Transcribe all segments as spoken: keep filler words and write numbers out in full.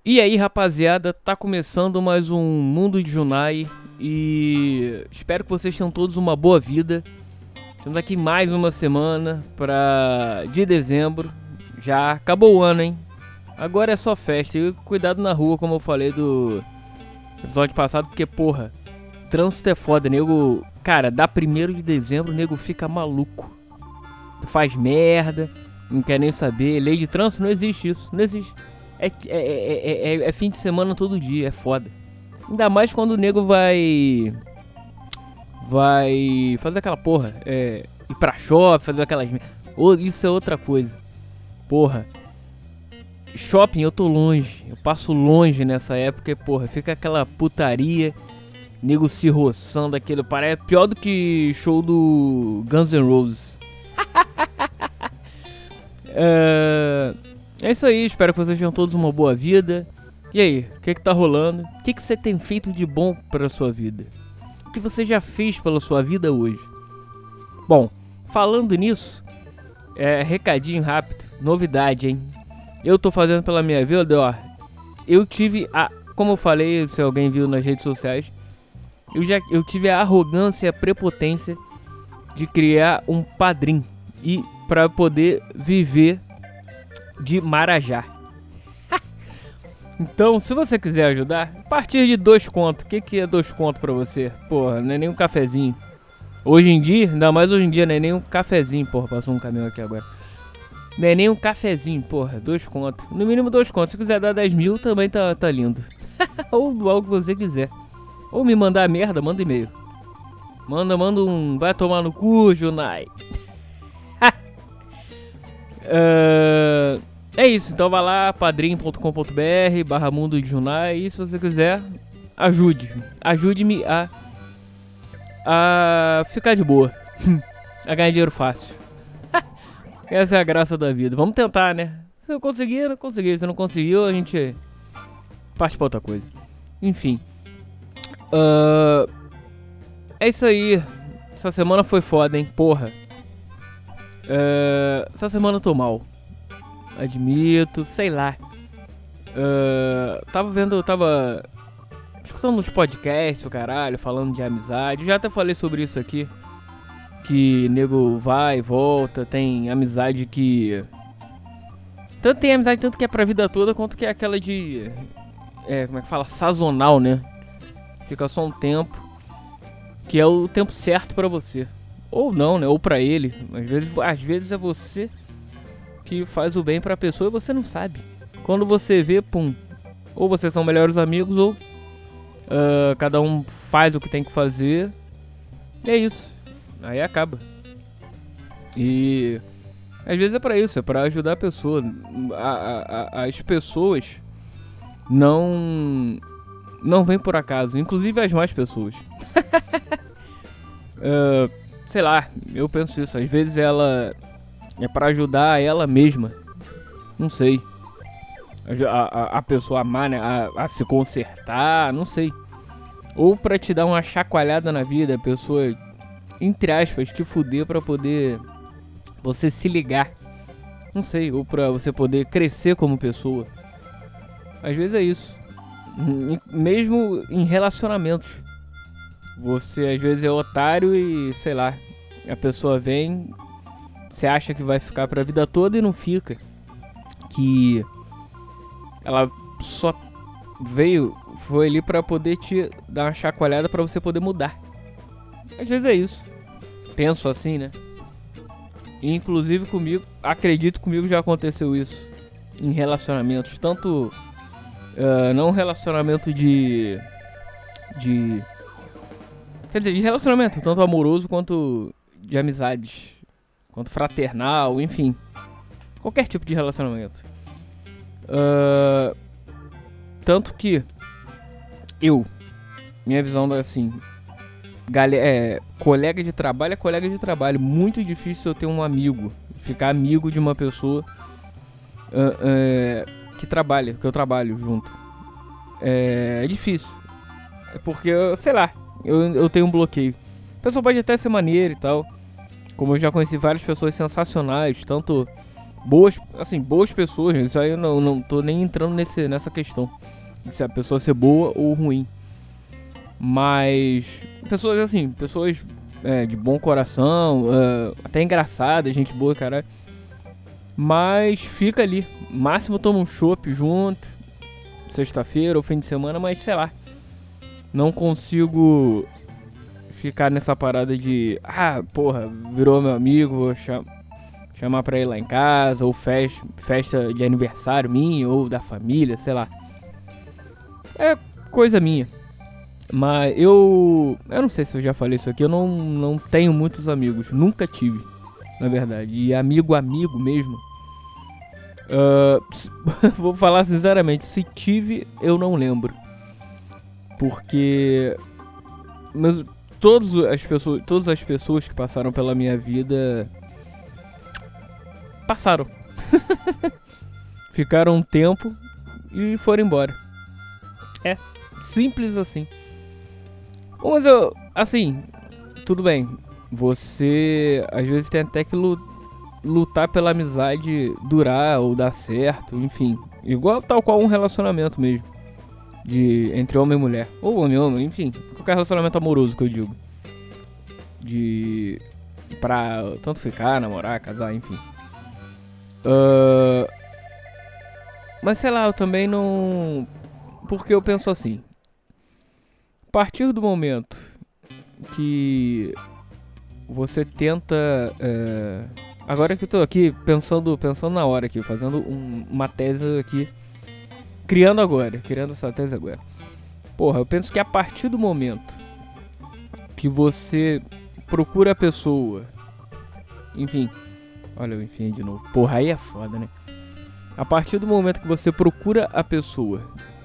E aí, rapaziada, tá começando mais um Mundo de Junai e espero que vocês tenham todos uma boa vida. Estamos aqui mais uma semana pra... de dezembro, já acabou o ano, hein? Agora é só festa e cuidado na rua, como eu falei do episódio passado, porque porra, trânsito é foda, nego. Cara, dá primeiro de dezembro, o nego fica maluco, faz merda, não quer nem saber. Lei de trânsito não existe isso, não existe. É, é, é, é, é fim de semana todo dia, é foda. Ainda mais quando o nego vai... Vai fazer aquela porra, é, ir pra shopping, fazer aquelas... Oh, isso é outra coisa. Porra, shopping eu tô longe, eu passo longe nessa época e porra, fica aquela putaria, nego se roçando, aquele... Parece pior do que show do Guns N' Roses. É... É isso aí, espero que vocês tenham todos uma boa vida. E aí, o que que tá rolando? O que que você tem feito de bom pra sua vida? O que você já fez pela sua vida hoje? Bom, falando nisso, é, recadinho rápido, novidade, hein? Eu tô fazendo pela minha vida, ó. Eu tive a... Como eu falei, se alguém viu nas redes sociais, eu, já, eu tive a arrogância e a prepotência de criar um padrinho. E pra poder viver de Marajá. Então, se você quiser ajudar, a partir de dois contos. O que, que é dois contos pra você? Porra, não é nem um cafezinho. Hoje em dia, ainda mais hoje em dia, não é nem um cafezinho. Porra, passou um caminhão aqui agora. Não é nem um cafezinho, porra, dois contos. No mínimo dois contos. Se quiser dar dez mil, também tá, tá lindo. Ou doar o que você quiser. Ou me mandar merda, manda e-mail. Manda, manda um... Vai tomar no cu, Junai. Uh, é isso, então vai lá, padrim ponto com ponto br barra Mundo de Junai. E se você quiser, ajude Ajude-me a A ficar de boa. A ganhar dinheiro fácil. Essa é a graça da vida. Vamos tentar, né? Se eu conseguir, não consegui. Se não conseguiu, a gente parte pra outra coisa. Enfim, uh, é isso aí. Essa semana foi foda, hein? Porra. Uh, essa semana eu tô mal, admito, sei lá. uh, Tava vendo, tava escutando uns podcasts, o caralho, falando de amizade. Já até falei sobre isso aqui, que nego vai e volta, tem amizade que... Tanto tem amizade tanto que é pra vida toda, quanto que é aquela de... É, como é que fala? Sazonal, né? Fica só um tempo, que é o tempo certo pra você. Ou não, né? Ou pra ele. Às vezes, às vezes é você que faz o bem pra pessoa e você não sabe. Quando você vê, pum. Ou vocês são melhores amigos, ou uh, cada um faz o que tem que fazer. E é isso. Aí acaba. E às vezes é pra isso, é pra ajudar a pessoa. A, a, a, as pessoas não não vêm por acaso. Inclusive as más pessoas. uh, Sei lá, eu penso isso. Às vezes ela é pra ajudar ela mesma. Não sei. A, a, a pessoa amar, né? A, a se consertar, não sei. Ou pra te dar uma chacoalhada na vida. A pessoa, entre aspas, te fuder pra poder você se ligar. Não sei. Ou pra você poder crescer como pessoa. Às vezes é isso. Mesmo em relacionamentos. Você às vezes é otário e, sei lá, a pessoa vem, você acha que vai ficar pra vida toda e não fica. Que ela só veio, foi ali pra poder te dar uma chacoalhada pra você poder mudar. Às vezes é isso. Penso assim, né? E, inclusive comigo, acredito comigo já aconteceu isso. Em relacionamentos, tanto uh, não relacionamento de... De... Quer dizer, de relacionamento, tanto amoroso quanto de amizades, quanto fraternal, enfim. Qualquer tipo de relacionamento. Uh, tanto que eu, minha visão é assim, galera, é, colega de trabalho é colega de trabalho. Muito difícil eu ter um amigo, ficar amigo de uma pessoa uh, uh, que trabalha, que eu trabalho junto. É, é difícil. É porque, sei lá, Eu, eu tenho um bloqueio. A pessoa pode até ser maneira e tal. Como eu já conheci várias pessoas sensacionais, tanto Boas, assim, boas pessoas, isso aí eu não, não tô nem entrando nesse, nessa questão de se a pessoa ser boa ou ruim. Mas pessoas assim, pessoas é, de bom coração, uh, até engraçadas, gente boa, caralho. Mas fica ali, máximo toma um chopp junto, sexta-feira ou fim de semana, mas sei lá. Não consigo ficar nessa parada de, ah, porra, virou meu amigo, vou cham- chamar pra ir lá em casa, ou festa, festa de aniversário minha, ou da família, sei lá. É coisa minha. Mas eu, eu não sei se eu já falei isso aqui, eu não, não tenho muitos amigos, nunca tive, na verdade. E amigo, amigo mesmo, uh, vou falar sinceramente, se tive, eu não lembro. Porque meus, todas, as pessoas, todas as pessoas que passaram pela minha vida passaram. Ficaram um tempo e foram embora. É, simples assim. Mas eu, assim, tudo bem. Você às vezes tem até que lutar pela amizade durar ou dar certo, enfim. Igual tal qual um relacionamento mesmo. De, entre homem e mulher. Ou homem e homem, enfim. Qualquer relacionamento amoroso que eu digo. De... Pra tanto ficar, namorar, casar, enfim. Uh, mas sei lá, eu também não... Porque eu penso assim. A partir do momento que você tenta... É... Agora que eu tô aqui pensando, pensando na hora aqui, fazendo um, uma tese aqui. Criando agora, criando essa tese agora. Porra, eu penso que a partir do momento que você procura a pessoa... Enfim... Olha, eu enfiei de novo. Porra, aí é foda, né? A partir do momento que você procura a pessoa...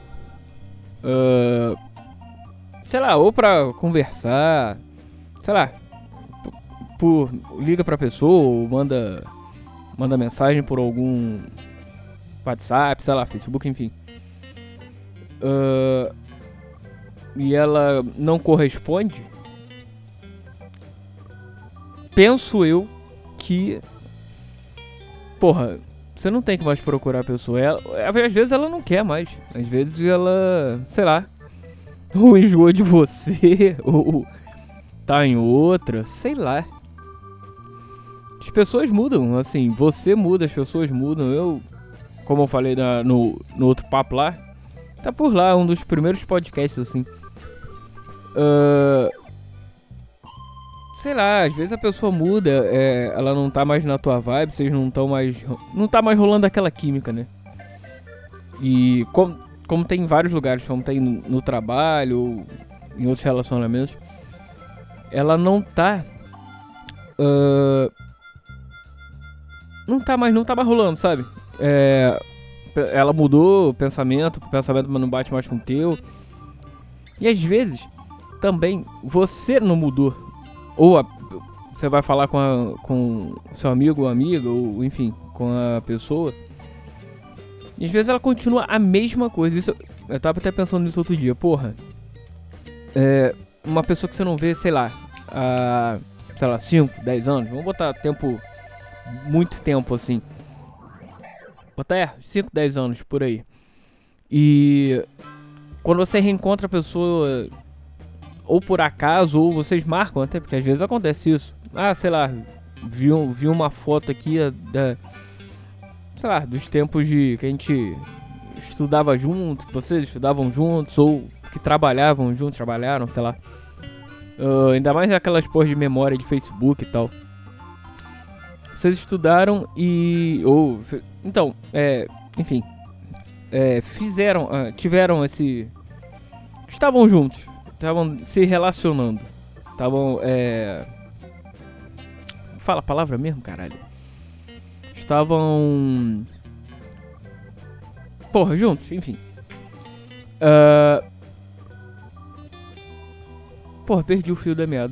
Uh, sei lá, ou pra conversar... Sei lá... Por, liga pra pessoa ou manda... Manda mensagem por algum... WhatsApp, sei lá, Facebook, enfim... Uh, e ela não corresponde, penso eu que, porra, você não tem que mais procurar a pessoa. Ela, às vezes ela não quer mais, às vezes ela, sei lá, ou enjoou de você, ou tá em outra, sei lá. As pessoas mudam, assim, você muda, as pessoas mudam. Eu, como eu falei na, no, no outro papo lá, tá por lá, um dos primeiros podcasts, assim. Uh, sei lá, às vezes a pessoa muda, é, ela não tá mais na tua vibe, vocês não estão mais... Não tá mais rolando aquela química, né? E como, como tem em vários lugares, como tem no, no trabalho, ou em outros relacionamentos, ela não tá... Uh, não tá mais, não tá mais rolando, sabe? É... Ela mudou o pensamento, o pensamento não bate mais com o teu. E às vezes, também, você não mudou. Ou a, você vai falar com, a, com seu amigo ou amiga, ou enfim, com a pessoa. E às vezes ela continua a mesma coisa. Isso, eu tava até pensando nisso outro dia. Porra, é, uma pessoa que você não vê, sei lá, há, sei lá, cinco, dez anos. Vamos botar tempo, muito tempo assim. Botar é, cinco, dez anos por aí. E quando você reencontra a pessoa, ou por acaso, ou vocês marcam até, porque às vezes acontece isso. Ah, sei lá, vi, um, vi uma foto aqui da, sei lá, dos tempos de que a gente estudava junto, que vocês estudavam juntos, ou que trabalhavam juntos, trabalharam, sei lá. Uh, ainda mais aquelas porra de memória de Facebook e tal. Vocês estudaram e... ou então, é... enfim... É, fizeram... Uh, tiveram esse... Estavam juntos. Estavam se relacionando. Estavam... É... Fala a palavra mesmo, caralho. Estavam... Porra, juntos, enfim. Uh... Porra, perdi o fio da meada.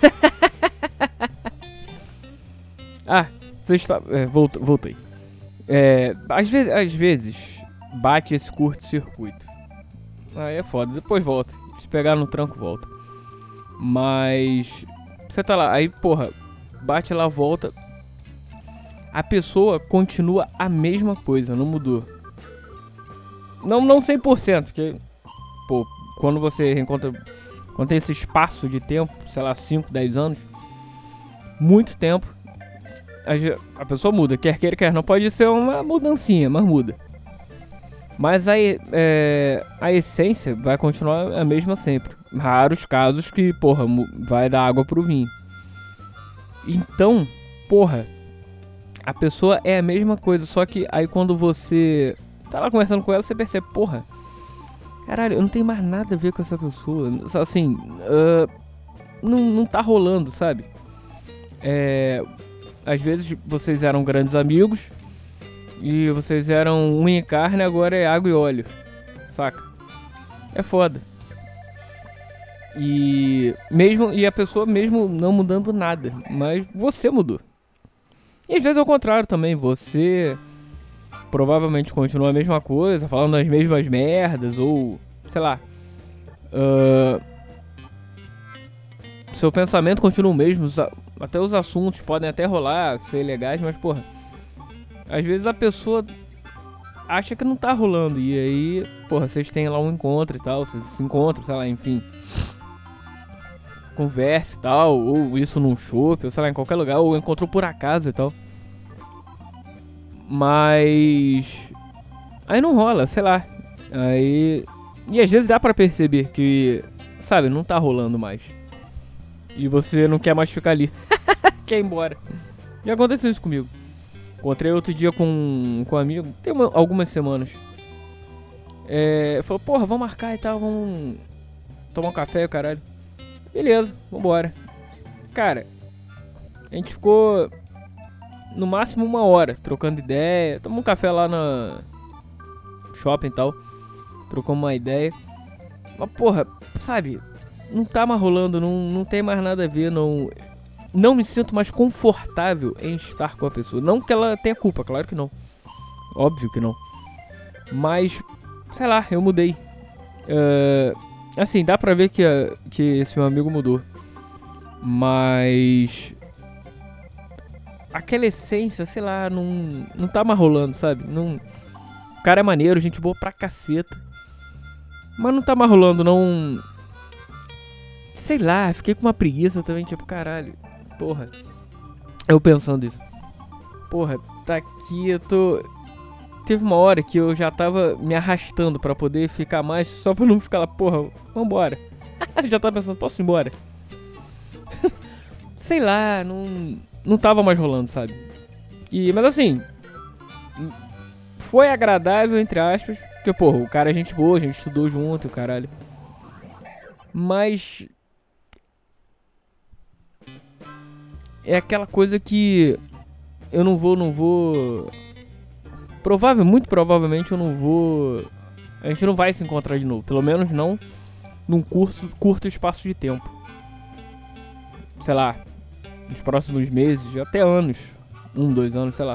Ah, você está... É, volt, voltei. É, às vezes, às vezes, bate esse curto-circuito. Aí é foda, depois volta. Se pegar no tranco, volta. Mas... Você tá lá, aí, porra, bate lá, volta. a pessoa continua a mesma coisa, não mudou. Não, não cem por cento, porque, pô, quando você reencontra, quando tem esse espaço de tempo, sei lá, cinco, dez anos, muito tempo, a, a pessoa muda, quer queira, quer não, pode ser uma mudancinha, mas muda. Mas a, é, a essência vai continuar a mesma sempre. Raros casos que, porra, vai dar água pro vinho. Então, porra, a pessoa é a mesma coisa, só que aí quando você tá lá conversando com ela, você percebe, porra, caralho, eu não tenho mais nada a ver com essa pessoa. Assim, uh, não, não tá rolando, sabe? É, às vezes vocês eram grandes amigos e vocês eram unha e carne, agora é água e óleo, saca? É foda. E mesmo e a pessoa mesmo não mudando nada, mas você mudou. E às vezes é o contrário também, você provavelmente continua a mesma coisa, falando as mesmas merdas, ou sei lá, uh, seu pensamento continua o mesmo, até os assuntos podem até rolar, ser legais, mas porra, às vezes a pessoa acha que não tá rolando, e aí, porra, vocês têm lá um encontro e tal, vocês se encontram, sei lá, enfim, conversa e tal, ou isso num shopping, ou sei lá, em qualquer lugar, ou encontrou por acaso e tal. Mas aí não rola, sei lá. Aí e às vezes dá pra perceber que, sabe, não tá rolando mais. E você não quer mais ficar ali. Quer ir embora. Já aconteceu isso comigo. Encontrei outro dia com, com um amigo, tem uma, algumas semanas. É, falou, porra, vamos marcar e tal, vamos tomar um café, caralho. Beleza, vambora. Cara, a gente ficou no máximo uma hora trocando ideia. Tomamos um café lá no shopping e tal. Trocamos uma ideia. Mas porra, sabe, não tá mais rolando, não, não tem mais nada a ver, não. Não me sinto mais confortável em estar com a pessoa. Não que ela tenha culpa, claro que não. Óbvio que não. Mas, sei lá, eu mudei. Uh, assim, dá pra ver que, uh, que esse meu amigo mudou. Mas aquela essência, sei lá, não, não tá mais rolando, sabe? Não, o cara é maneiro, gente boa pra caceta. Mas não tá mais rolando, não. Sei lá, fiquei com uma preguiça também, tipo, caralho. Porra. Eu pensando isso. Porra, tá aqui, eu tô. Teve uma hora que eu já tava me arrastando pra poder ficar mais, só pra não ficar lá, porra, vambora. Já tava pensando, posso ir embora? Sei lá, não. Não tava mais rolando, sabe? E, mas assim, foi agradável, entre aspas. Porque, porra, o cara é gente boa, a gente estudou junto, caralho. Mas é aquela coisa que eu não vou, não vou. Provável, muito provavelmente eu não vou. A gente não vai se encontrar de novo. Pelo menos não num curto, curto espaço de tempo. Sei lá, nos próximos meses, até anos. Um, dois anos, sei lá.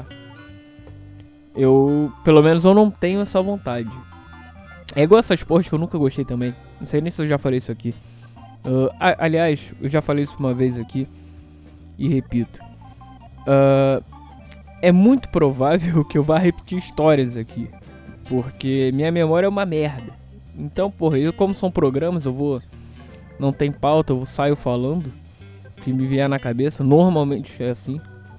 Eu, pelo menos eu não tenho essa vontade. É igual essas porras que eu nunca gostei também. Não sei nem se eu já falei isso aqui. Uh, a, aliás, eu já falei isso uma vez aqui. E repito. Uh, é muito provável que eu vá repetir histórias aqui. Porque minha memória é uma merda. Então, porra, eu, como são programas, eu vou... Não tem pauta, eu saio falando. O que me vier na cabeça. Normalmente é assim.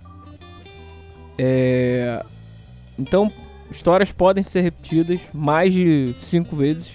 É... Então, histórias podem ser repetidas mais de cinco vezes.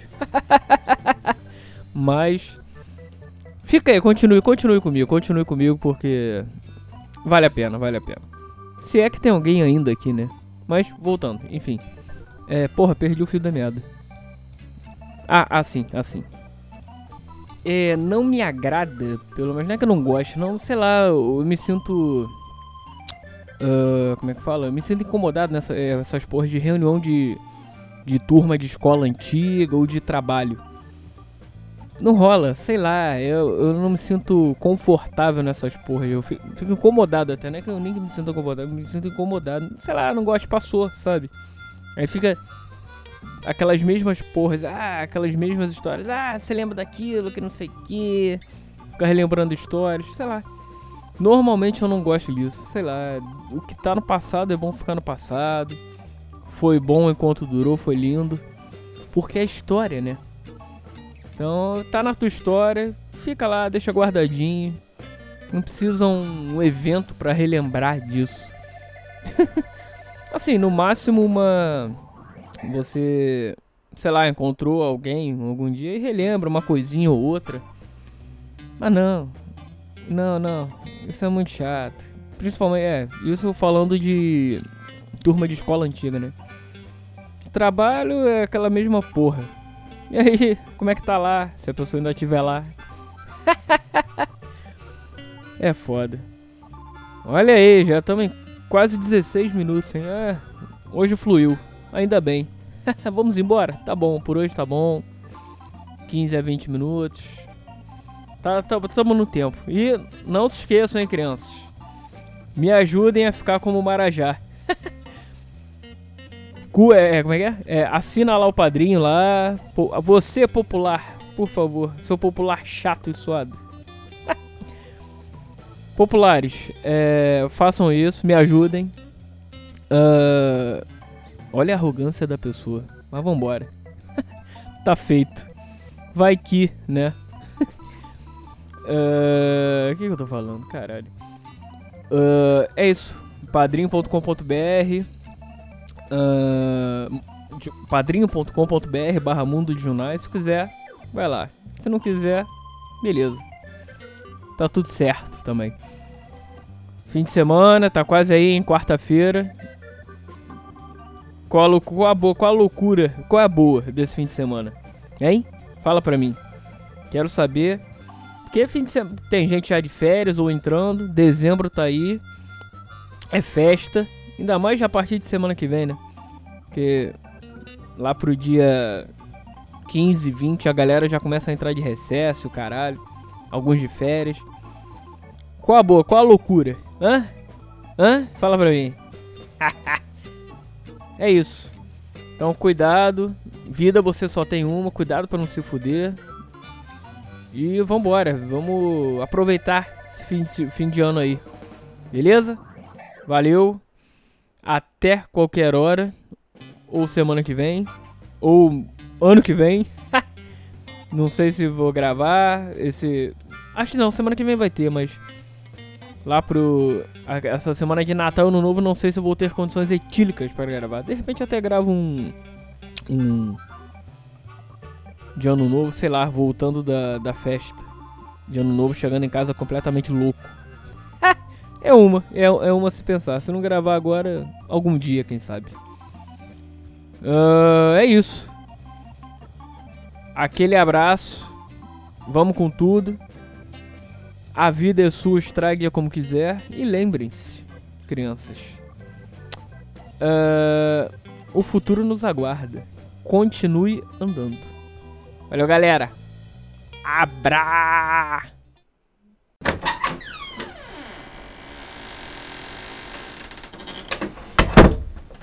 Mas fica aí, continue, continue comigo, continue comigo porque vale a pena, vale a pena. Se é que tem alguém ainda aqui, né? Mas voltando, enfim. É, porra, perdi o fio da meada. Ah, assim, assim. É, não me agrada, pelo menos não é que eu não gosto, não, sei lá, eu me sinto... Uh, como é que fala? Eu me sinto incomodado nessas nessa porras de reunião de, de turma de escola antiga ou de trabalho. Não rola, sei lá, eu, eu não me sinto confortável nessas porras. Eu fico, fico incomodado até, não é que eu nem me sinto incomodado, eu me sinto incomodado. Sei lá, não gosto, passou, sabe? Aí fica aquelas mesmas porras, ah, aquelas mesmas histórias. Ah, você lembra daquilo, que não sei o que. Fica relembrando histórias, sei lá. Normalmente eu não gosto disso. Sei lá, o que tá no passado é bom ficar no passado. Foi bom enquanto durou, foi lindo. Porque é história, né? Então, tá na tua história, fica lá, deixa guardadinho. Não precisa um, um evento pra relembrar disso. Assim, no máximo uma... Você, sei lá, encontrou alguém algum dia e relembra uma coisinha ou outra. Mas não, não, não, isso é muito chato. Principalmente, é, isso falando de turma de escola antiga, né? Trabalho é aquela mesma porra. E aí, como é que tá lá, se a pessoa ainda estiver lá? É foda. Olha aí, já estamos em quase dezesseis minutos, hein? É, hoje fluiu, ainda bem. Vamos embora? Tá bom, por hoje tá bom. quinze a vinte minutos. Tá, tá, tamo no tempo. E não se esqueçam, hein, crianças. Me ajudem a ficar como o Marajá. Cu, é, como é que é? É? Assina lá o padrinho lá. Pô, você popular, por favor. Seu popular chato e suado. Populares, é, façam isso, me ajudem. Uh, olha a arrogância da pessoa. Mas vambora. Tá feito. Vai que, né? O uh, que, que eu tô falando? Caralho. Uh, é isso. padrinho ponto com ponto b r uh, padrinho ponto com ponto b r barra mundo de Junais. Se quiser, vai lá. Se não quiser, beleza. Tá tudo certo também. Fim de semana, tá quase aí em quarta-feira. Qual a, qual, a boa, qual a loucura, qual é a boa desse fim de semana? Hein? Fala pra mim. Quero saber. Porque fim de semana tem gente já de férias ou entrando. Dezembro tá aí. É festa. Ainda mais já a partir de semana que vem, né? Porque lá pro dia quinze, vinte a galera já começa a entrar de recesso, caralho. Alguns de férias. Qual a boa? Qual a loucura? Hã? Hã? Fala pra mim. É isso. Então cuidado. Vida você só tem uma. Cuidado pra não se fuder. E vambora. Vamos aproveitar esse fim de, fim de ano aí. Beleza? Valeu. Até qualquer hora. Ou semana que vem. Ou ano que vem. Não sei se vou gravar esse... Acho que não, semana que vem vai ter, mas... Lá pro... Essa semana de Natal e Ano Novo, não sei se eu vou ter condições etílicas para gravar. De repente até gravo um... Um... De Ano Novo, sei lá, voltando da, da festa. De Ano Novo, chegando em casa completamente louco. É uma, é, é uma a se pensar. Se não gravar agora, algum dia, quem sabe. Uh, é isso. Aquele abraço. Vamos com tudo. A vida é sua, estrague-a como quiser. E lembrem-se, crianças. Uh, o futuro nos aguarda. Continue andando. Valeu, galera. Abra!